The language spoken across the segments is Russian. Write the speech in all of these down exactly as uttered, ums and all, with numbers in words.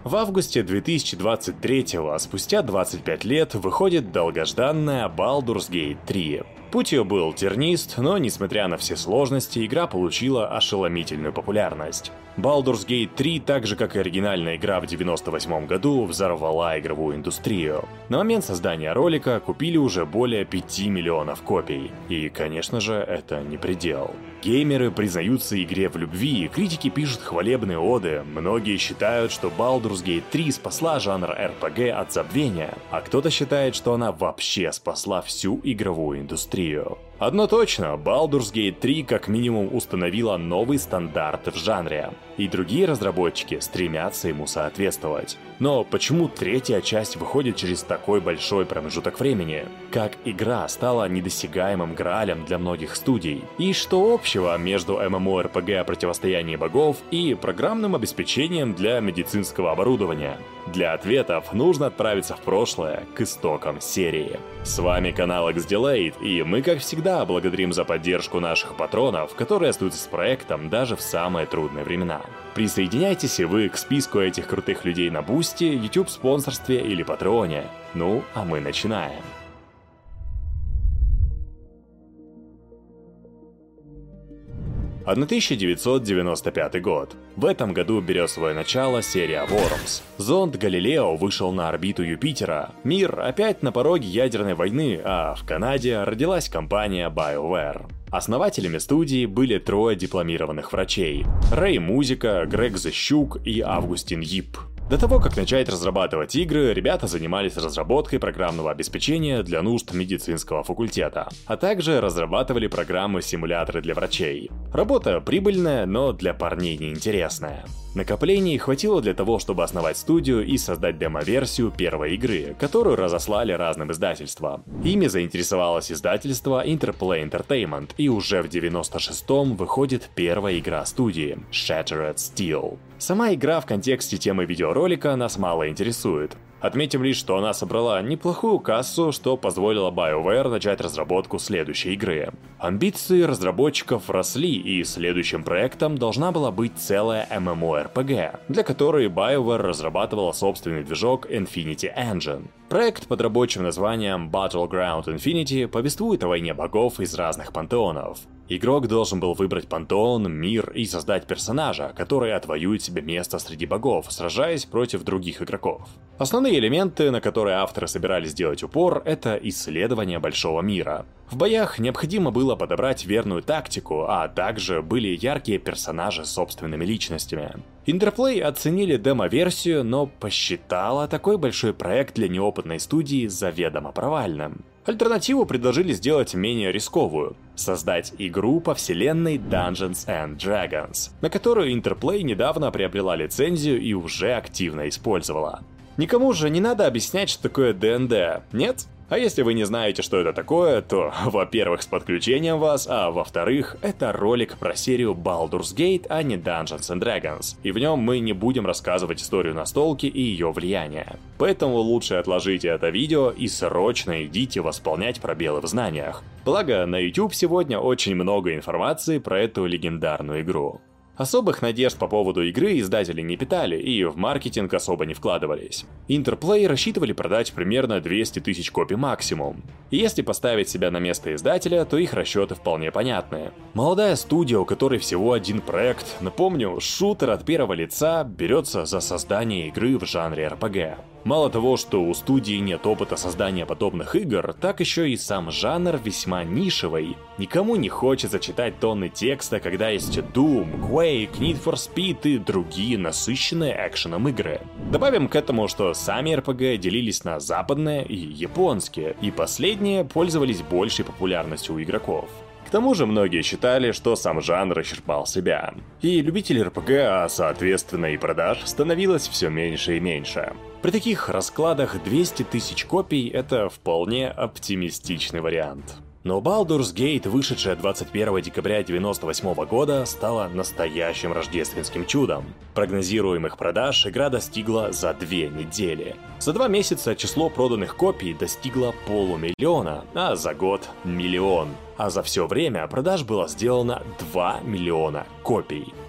В августе две тысячи двадцать третьего, спустя двадцать пять лет, выходит долгожданная Baldur's Gate три. Путь ее был тернист, но несмотря на все сложности, игра получила ошеломительную популярность. Baldur's Gate три, так же как и оригинальная игра в девяносто восьмом году, взорвала игровую индустрию. На момент создания ролика купили уже более пяти миллионов копий. И, конечно же, это не предел. Геймеры признаются игре в любви, критики пишут хвалебные оды, многие считают, что Baldur's Gate три спасла жанр эр пи джи от забвения, а кто-то считает, что она вообще спасла всю игровую индустрию. Одно точно, Baldur's Gate три как минимум установила новый стандарт в жанре, и другие разработчики стремятся ему соответствовать. Но почему третья часть выходит через такой большой промежуток времени? Как игра стала недосягаемым граалем для многих студий? И что общего между эм эм о эр пи джи «Противостояние богов» и программным обеспечением для медицинского оборудования? Для ответов нужно отправиться в прошлое, к истокам серии. С вами канал X-Delayed, и мы, как всегда, благодарим за поддержку наших патронов, которые остаются с проектом даже в самые трудные времена. Присоединяйтесь и вы к списку этих крутых людей на Бусти, YouTube-спонсорстве или Патреоне. Ну, а мы начинаем. тысяча девятьсот девяносто пятый год. В этом году берет свое начало серия Worms. Зонд Галилео вышел на орбиту Юпитера. Мир опять на пороге ядерной войны, а в Канаде родилась компания BioWare. Основателями студии были трое дипломированных врачей: Рэй Музика, Грег Защук и Августин Йип. До того, как начать разрабатывать игры, ребята занимались разработкой программного обеспечения для нужд медицинского факультета, а также разрабатывали программы-симуляторы для врачей. Работа прибыльная, но для парней неинтересная. Накоплений хватило для того, чтобы основать студию и создать демо-версию первой игры, которую разослали разным издательствам. Ими заинтересовалось издательство Interplay Entertainment, и уже в девяносто шестом выходит первая игра студии — Shattered Steel. Сама игра в контексте темы видеоролика нас мало интересует. Отметим лишь, что она собрала неплохую кассу, что позволило BioWare начать разработку следующей игры. Амбиции разработчиков росли, и следующим проектом должна была быть целая эм эм о эр пи джи, для которой BioWare разрабатывала собственный движок Infinity Engine. Проект под рабочим названием Battleground Infinity повествует о войне богов из разных пантеонов. Игрок должен был выбрать пантеон, мир и создать персонажа, который отвоюет себе место среди богов, сражаясь против других игроков. Основные элементы, на которые авторы собирались сделать упор, это исследование большого мира. В боях необходимо было подобрать верную тактику, а также были яркие персонажи с собственными личностями. Interplay оценили демо-версию, но посчитала такой большой проект для неопытной студии заведомо провальным. Альтернативу предложили сделать менее рисковую — создать игру по вселенной Dungeons and Dragons, на которую Interplay недавно приобрела лицензию и уже активно использовала. Никому же не надо объяснять, что такое ди энд ди, нет? А если вы не знаете, что это такое, то, во-первых, с подключением вас, а во-вторых, это ролик про серию Baldur's Gate, а не Dungeons and Dragons, и в нем мы не будем рассказывать историю настолки и ее влияние. Поэтому лучше отложите это видео и срочно идите восполнять пробелы в знаниях. Благо, на YouTube сегодня очень много информации про эту легендарную игру. Особых надежд по поводу игры издатели не питали и в маркетинг особо не вкладывались. Interplay рассчитывали продать примерно двести тысяч копий максимум. И если поставить себя на место издателя, то их расчеты вполне понятны. Молодая студия, у которой всего один проект, напомню, шутер от первого лица, берется за создание игры в жанре эр пи джи. Мало того, что у студии нет опыта создания подобных игр, так еще и сам жанр весьма нишевый. Никому не хочется читать тонны текста, когда есть Doom, Quake, Need for Speed и другие насыщенные экшеном игры. Добавим к этому, что сами эр пи джи делились на западные и японские, и последние пользовались большей популярностью у игроков. К тому же многие считали, что сам жанр исчерпал себя. И любителей эр пи джи, а соответственно и продаж, становилось все меньше и меньше. При таких раскладах двести тысяч копий — это вполне оптимистичный вариант. Но Baldur's Gate, вышедшая двадцать первого декабря девяносто восьмого года, стала настоящим рождественским чудом. Прогнозируемых продаж игра достигла за две недели. За два месяца число проданных копий достигло полумиллиона, а за год — миллион. А за все время продаж было сделано два миллиона копий.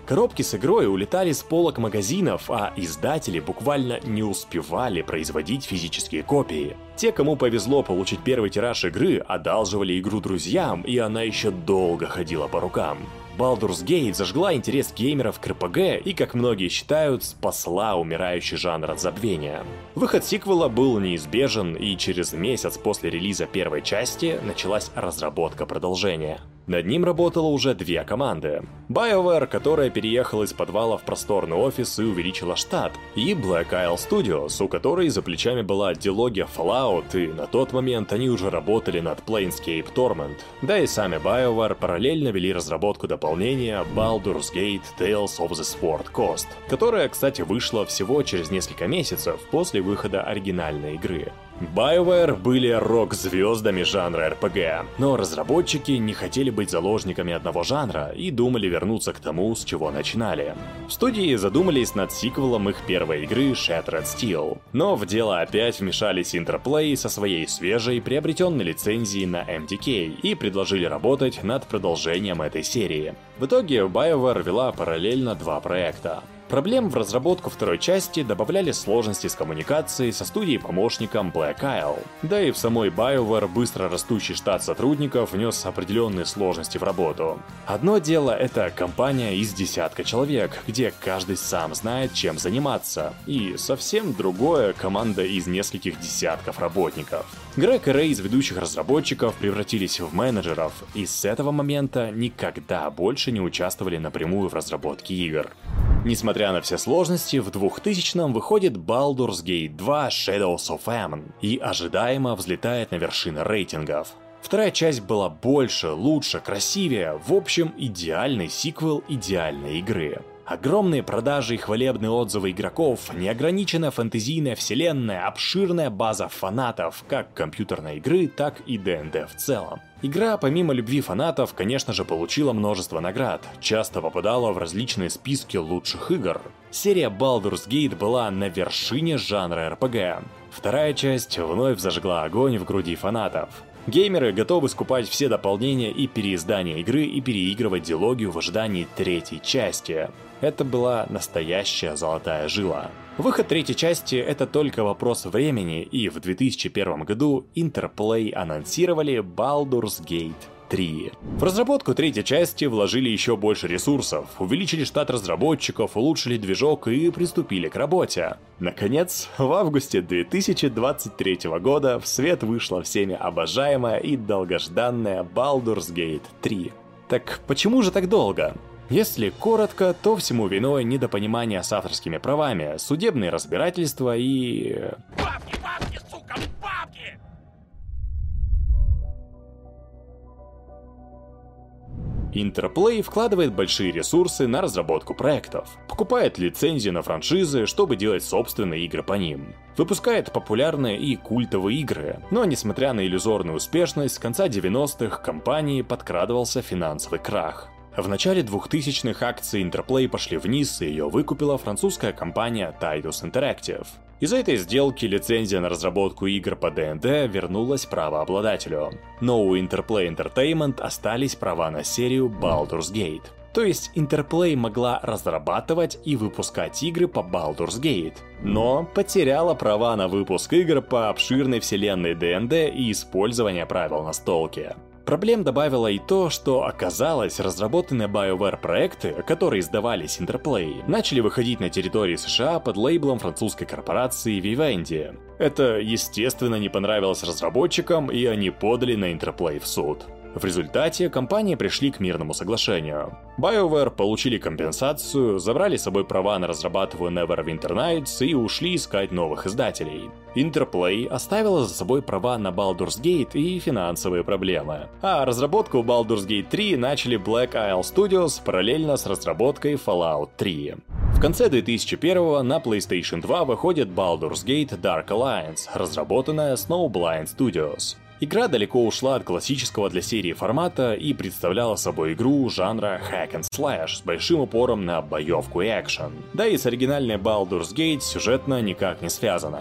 Коробки с игрой улетали с полок магазинов, а издатели буквально не успевали производить физические копии. Те, кому повезло получить первый тираж игры, одалживали игру друзьям, и она еще долго ходила по рукам. Baldur's Gate зажгла интерес геймеров к эр пи джи и, как многие считают, спасла умирающий жанр от забвения. Выход сиквела был неизбежен, и через месяц после релиза первой части началась разработка продолжения. Над ним работало уже две команды. BioWare, которая переехала из подвала в просторный офис и увеличила штат, и Black Isle Studios, у которой за плечами была дилогия Fallout, и на тот момент они уже работали над Planescape Torment. Да и сами BioWare параллельно вели разработку дополнения Baldur's Gate Tales of the Sword Coast, которая, кстати, вышла всего через несколько месяцев после выхода оригинальной игры. BioWare были рок-звездами жанра эр пи джи, но разработчики не хотели быть заложниками одного жанра и думали вернуться к тому, с чего начинали. В студии задумались над сиквелом их первой игры Shattered Steel, но в дело опять вмешались Interplay со своей свежей приобретенной лицензией на эм ди кей и предложили работать над продолжением этой серии. В итоге BioWare вела параллельно два проекта. Проблем в разработку второй части добавляли сложности с коммуникацией со студией-помощником Black Isle. Да и в самой BioWare быстро растущий штат сотрудников внес определенные сложности в работу. Одно дело — это компания из десятка человек, где каждый сам знает, чем заниматься, и совсем другое — команда из нескольких десятков работников. Грег и Рэй из ведущих разработчиков превратились в менеджеров, и с этого момента никогда больше не участвовали напрямую в разработке игр. Несмотря на все сложности, в двухтысячном выходит Baldur's Gate два Shadows of Amn и ожидаемо взлетает на вершины рейтингов. Вторая часть была больше, лучше, красивее, в общем, идеальный сиквел идеальной игры. Огромные продажи и хвалебные отзывы игроков, неограниченная фэнтезийная вселенная, обширная база фанатов, как компьютерной игры, так и ди энд ди в целом. Игра, помимо любви фанатов, конечно же, получила множество наград, часто попадала в различные списки лучших игр. Серия Baldur's Gate была на вершине жанра эр пи джи. Вторая часть вновь зажгла огонь в груди фанатов. Геймеры готовы скупать все дополнения и переиздания игры и переигрывать дилогию в ожидании третьей части. Это была настоящая золотая жила. Выход третьей части — это только вопрос времени, и в две тысячи первом году Interplay анонсировали Baldur's Gate три. В разработку третьей части вложили еще больше ресурсов, увеличили штат разработчиков, улучшили движок и приступили к работе. Наконец, в августе две тысячи двадцать третьего года в свет вышла всеми обожаемая и долгожданная Baldur's Gate три. Так почему же так долго? Если коротко, то всему виной недопонимание с авторскими правами, судебные разбирательства и... Бабки, бабки, сука, бабки! Interplay вкладывает большие ресурсы на разработку проектов, покупает лицензии на франшизы, чтобы делать собственные игры по ним, выпускает популярные и культовые игры, но несмотря на иллюзорную успешность, с конца девяностых к компании подкрадывался финансовый крах. В начале двухтысячных акции Interplay пошли вниз, и ее выкупила французская компания Tidus Interactive. Из-за этой сделки лицензия на разработку игр по ди энд ди вернулась правообладателю. Но у Interplay Entertainment остались права на серию Baldur's Gate. То есть Interplay могла разрабатывать и выпускать игры по Baldur's Gate, но потеряла права на выпуск игр по обширной вселенной ди энд ди и использование правил настолки. Проблем добавило и то, что оказалось, разработанные BioWare проекты, которые издавались Interplay, начали выходить на территории США под лейблом французской корпорации Vivendi. Это, естественно, не понравилось разработчикам, и они подали на Interplay в суд. В результате компании пришли к мирному соглашению. BioWare получили компенсацию, забрали с собой права на разрабатываемую Neverwinter Nights и ушли искать новых издателей. Interplay оставила за собой права на Baldur's Gate и финансовые проблемы. А разработку Baldur's Gate три начали Black Isle Studios параллельно с разработкой Fallout три. В конце две тысячи первого на PlayStation два выходит Baldur's Gate Dark Alliance, разработанная Snowblind Studios. Игра далеко ушла от классического для серии формата и представляла собой игру жанра Hack and Slash с большим упором на боевку и экшен. Да и с оригинальной Baldur's Gate сюжетно никак не связана.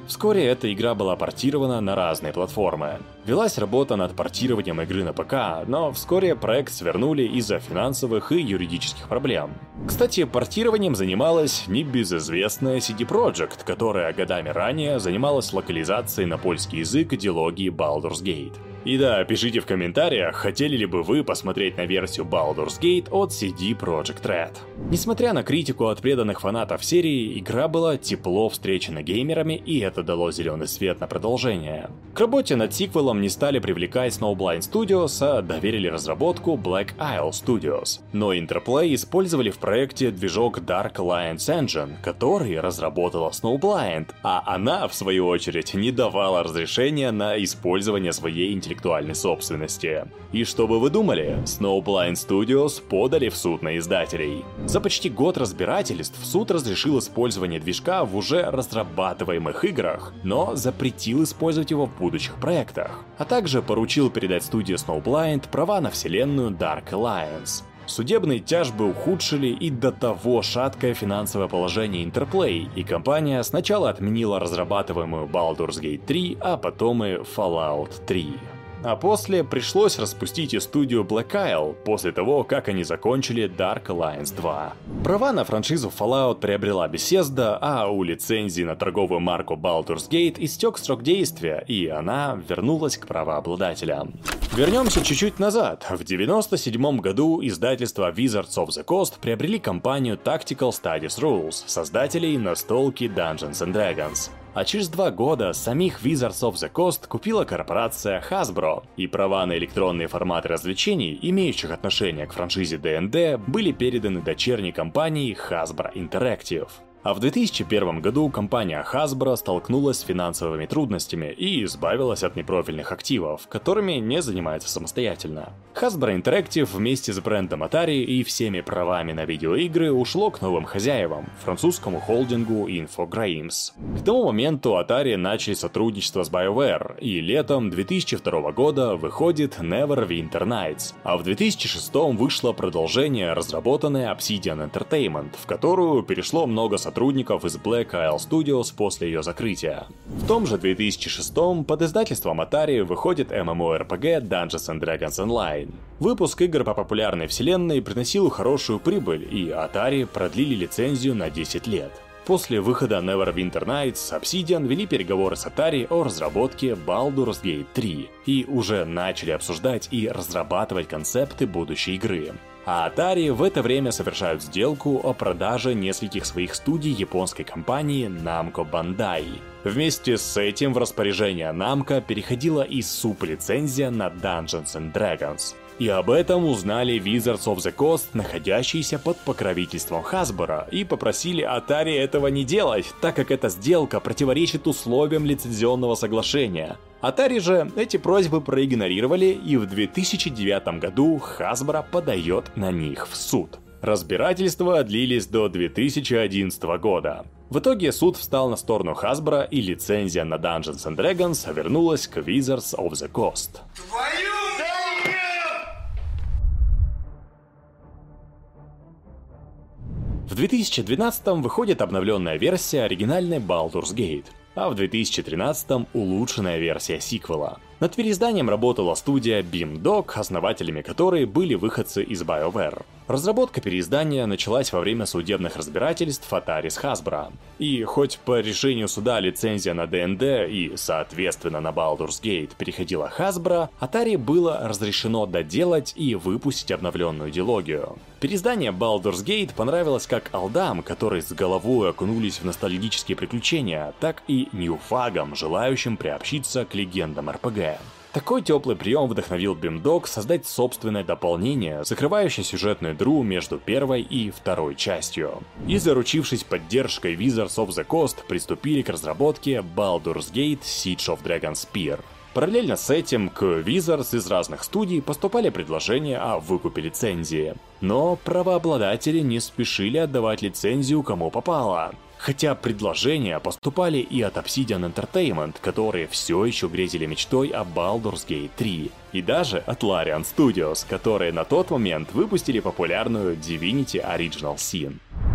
Вскоре эта игра была портирована на разные платформы. Велась работа над портированием игры на ПК, но вскоре проект свернули из-за финансовых и юридических проблем. Кстати, портированием занималась небезызвестная си ди Projekt, которая годами ранее занималась локализацией на польский язык дилогии Baldur's Gate. И да, пишите в комментариях, хотели ли бы вы посмотреть на версию Baldur's Gate от си ди Projekt Red. Несмотря на критику от преданных фанатов серии, игра была тепло встречена геймерами, и это дало зеленый свет на продолжение. К работе над сиквелом не стали привлекать Snowblind Studios, а доверили разработку Black Isle Studios. Но Interplay использовали в проекте движок Dark Alliance Engine, который разработала Snowblind, а она, в свою очередь, не давала разрешения на использование своей интеллектуальной собственности. И что бы вы думали? Snowblind Studios подали в суд на издателей. За почти год разбирательств суд разрешил использование движка в уже разрабатываемых играх, но запретил использовать его в будущих проектах, а также поручил передать студии Snowblind права на вселенную Dark Alliance. Судебные тяжбы ухудшили и до того шаткое финансовое положение Interplay, и компания сначала отменила разрабатываемую Baldur's Gate три, а потом и Fallout три. А после пришлось распустить и студию Black Isle, после того, как они закончили Dark Alliance два. Права на франшизу Fallout приобрела Bethesda, а у лицензии на торговую марку Baldur's Gate истек срок действия, и она вернулась к правообладателям. Вернемся чуть-чуть назад. В девяносто седьмом году издательство Wizards of the Coast приобрели компанию Tactical Studies Rules, создателей настолки Dungeons and Dragons. А через два года самих Wizards of the Coast купила корпорация Hasbro, и права на электронные форматы развлечений, имеющих отношение к франшизе ди энд ди, были переданы дочерней компании Hasbro Interactive. А в две тысячи первом году компания Hasbro столкнулась с финансовыми трудностями и избавилась от непрофильных активов, которыми не занимается самостоятельно. Hasbro Interactive вместе с брендом Atari и всеми правами на видеоигры ушло к новым хозяевам, французскому холдингу Infogrames. К тому моменту Atari начали сотрудничество с BioWare, и летом две тысячи второго года выходит Neverwinter Nights, а в две тысячи шестом вышло продолжение, разработанное Obsidian Entertainment, в которую перешло много сотрудников сотрудников из Black Isle Studios после ее закрытия. В том же две тысячи шестом под издательством Atari выходит эм эм о эр пи джи Dungeons and Dragons Online. Выпуск игр по популярной вселенной приносил хорошую прибыль, и Atari продлили лицензию на десять лет. После выхода Neverwinter Nights Obsidian вели переговоры с Atari о разработке Baldur's Gate три и уже начали обсуждать и разрабатывать концепты будущей игры. А Atari в это время совершают сделку о продаже нескольких своих студий японской компании Namco Bandai. Вместе с этим в распоряжение Namco переходила и сублицензия на Dungeons and Dragons. И об этом узнали Wizards of the Coast, находящиеся под покровительством Hasbro, и попросили Atari этого не делать, так как эта сделка противоречит условиям лицензионного соглашения. Atari же эти просьбы проигнорировали, и в две тысячи девятом году Hasbro подает на них в суд. Разбирательства длились до две тысячи одиннадцатого года. В итоге суд встал на сторону Hasbro, и лицензия на Dungeons and Dragons вернулась к Wizards of the Coast. В две тысячи двенадцатом выходит обновленная версия оригинальной Baldur's Gate, а в две тысячи тринадцатом улучшенная версия сиквела. Над переизданием работала студия Beamdog, основателями которой были выходцы из BioWare. Разработка переиздания началась во время судебных разбирательств Atari с Hasbro. И хоть по решению суда лицензия на ди энд ди и, соответственно, на Baldur's Gate переходила Hasbro, Atari было разрешено доделать и выпустить обновленную дилогию. Переиздание Baldur's Gate понравилось как олдам, которые с головой окунулись в ностальгические приключения, так и ньюфагам, желающим приобщиться к легендам эр пи джи. Такой теплый прием вдохновил Beamdog создать собственное дополнение, закрывающее сюжетную дыру между первой и второй частью. И, заручившись поддержкой Wizards of the Coast, приступили к разработке Baldur's Gate Siege of Dragonspear. Параллельно с этим к Wizards из разных студий поступали предложения о выкупе лицензии. Но правообладатели не спешили отдавать лицензию кому попало. Хотя предложения поступали и от Obsidian Entertainment, которые все еще грезили мечтой о Baldur's Gate три, и даже от Larian Studios, которые на тот момент выпустили популярную Divinity Original Sin.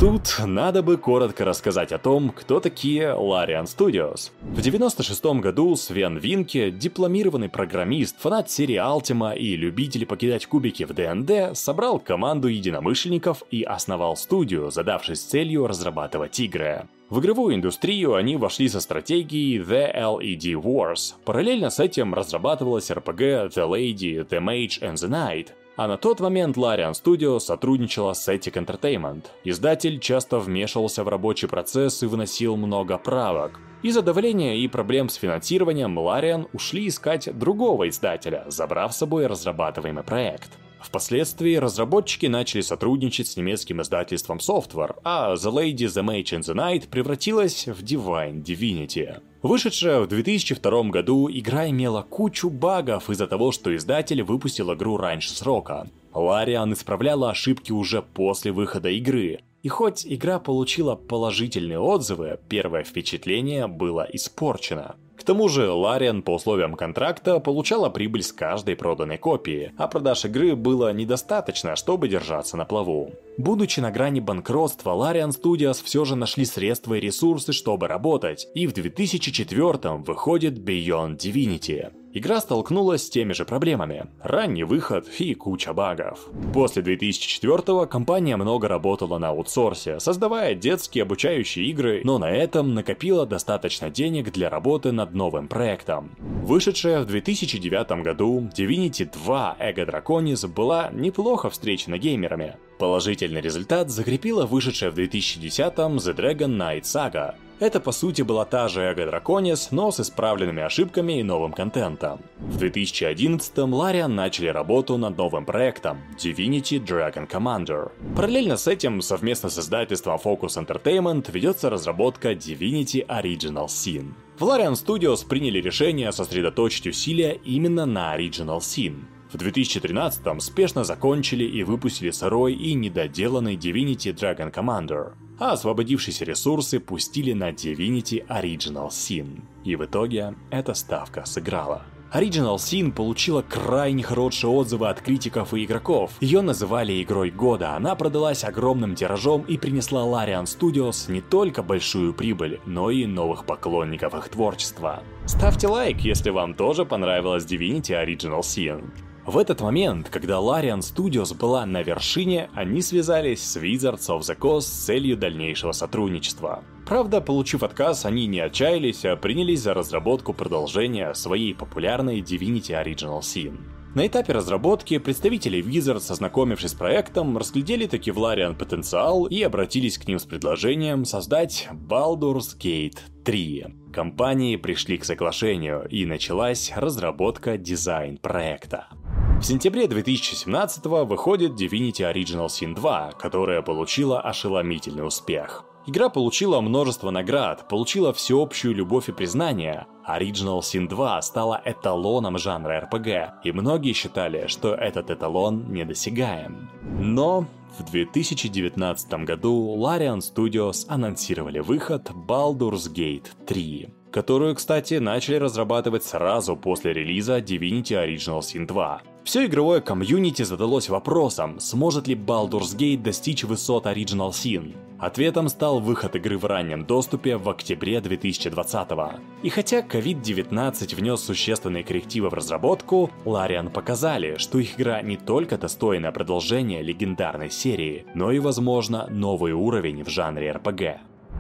Тут надо бы коротко рассказать о том, кто такие Larian Studios. В девяносто шестом году Свен Винке, дипломированный программист, фанат серии Ultima и любитель покидать кубики в ди энд ди, собрал команду единомышленников и основал студию, задавшись целью разрабатывать игры. В игровую индустрию они вошли со стратегией The эл и ди Wars. Параллельно с этим разрабатывалась эр пи джи The Lady, The Mage and the Knight. А на тот момент Larian Studio сотрудничала с Etic Entertainment. Издатель часто вмешивался в рабочий процесс и вносил много правок. Из-за давления и проблем с финансированием Larian ушли искать другого издателя, забрав с собой разрабатываемый проект. Впоследствии разработчики начали сотрудничать с немецким издательством Software, а The Lady, The Mage and the Knight превратилась в Divine Divinity. Вышедшая в две тысячи втором году, игра имела кучу багов из-за того, что издатель выпустил игру раньше срока. Larian исправляла ошибки уже после выхода игры. И хоть игра получила положительные отзывы, первое впечатление было испорчено. К тому же Larian по условиям контракта получала прибыль с каждой проданной копии, а продаж игры было недостаточно, чтобы держаться на плаву. Будучи на грани банкротства, Larian Studios все же нашли средства и ресурсы, чтобы работать, и в две тысячи четвёртом выходит Beyond Divinity. Игра столкнулась с теми же проблемами – ранний выход и куча багов. После две тысячи четвёртого компания много работала на аутсорсе, создавая детские обучающие игры, но на этом накопила достаточно денег для работы над новым проектом. Вышедшая в две тысячи девятом году Divinity два Ego Draconis была неплохо встречена геймерами. Положительный результат закрепила вышедшая в две тысячи десятом The Dragon Knight Saga. Это по сути была та же Ego Draconis, но с исправленными ошибками и новым контентом. В две тысячи одиннадцатом Larian начали работу над новым проектом Divinity Dragon Commander. Параллельно с этим, совместно с издательством Focus Entertainment ведется разработка Divinity Original Sin. В Larian Studios приняли решение сосредоточить усилия именно на Original Sin. В две тысячи тринадцатом спешно закончили и выпустили сырой и недоделанный Divinity Dragon Commander, а освободившиеся ресурсы пустили на Divinity Original Sin. И в итоге эта ставка сыграла. Original Sin получила крайне хорошие отзывы от критиков и игроков. Ее называли игрой года, она продалась огромным тиражом и принесла Larian Studios не только большую прибыль, но и новых поклонников их творчества. Ставьте лайк, если вам тоже понравилась Divinity Original Sin. В этот момент, когда Larian Studios была на вершине, они связались с Wizards of the Coast с целью дальнейшего сотрудничества. Правда, получив отказ, они не отчаялись, а принялись за разработку продолжения своей популярной Divinity Original Sin. На этапе разработки представители Wizards, ознакомившись с проектом, разглядели таки в Larian потенциал и обратились к ним с предложением создать Baldur's Gate три. Компании пришли к соглашению, и началась разработка дизайн-проекта. В сентябре две тысячи семнадцатого выходит Divinity Original Sin два, которая получила ошеломительный успех. Игра получила множество наград, получила всеобщую любовь и признание. Original Sin два стала эталоном жанра эр пи джи, и многие считали, что этот эталон недосягаем. Но в две тысячи девятнадцатом году Larian Studios анонсировали выход Baldur's Gate три, которую, кстати, начали разрабатывать сразу после релиза Divinity Original Sin два. Все игровое комьюнити задалось вопросом, сможет ли Baldur's Gate достичь высот Original Sin. Ответом стал выход игры в раннем доступе в октябре две тысячи двадцатого. И хотя ковид девятнадцать внес существенные коррективы в разработку, Larian показали, что их игра не только достойное продолжение легендарной серии, но и, возможно, новый уровень в жанре эр пи джи.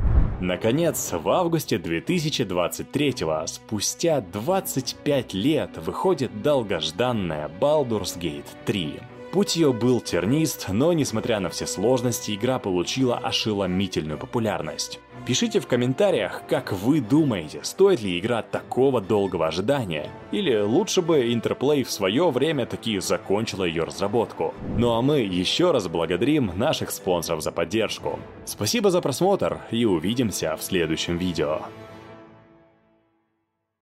Наконец, в августе две тысячи двадцать третьего, спустя двадцать пять лет, выходит долгожданная Baldur's Gate три. Путь ее был тернист, но несмотря на все сложности, игра получила ошеломительную популярность. Пишите в комментариях, как вы думаете, стоит ли игра такого долгого ожидания, или лучше бы Interplay в свое время таки закончила ее разработку. Ну а мы еще раз благодарим наших спонсоров за поддержку. Спасибо за просмотр и увидимся в следующем видео.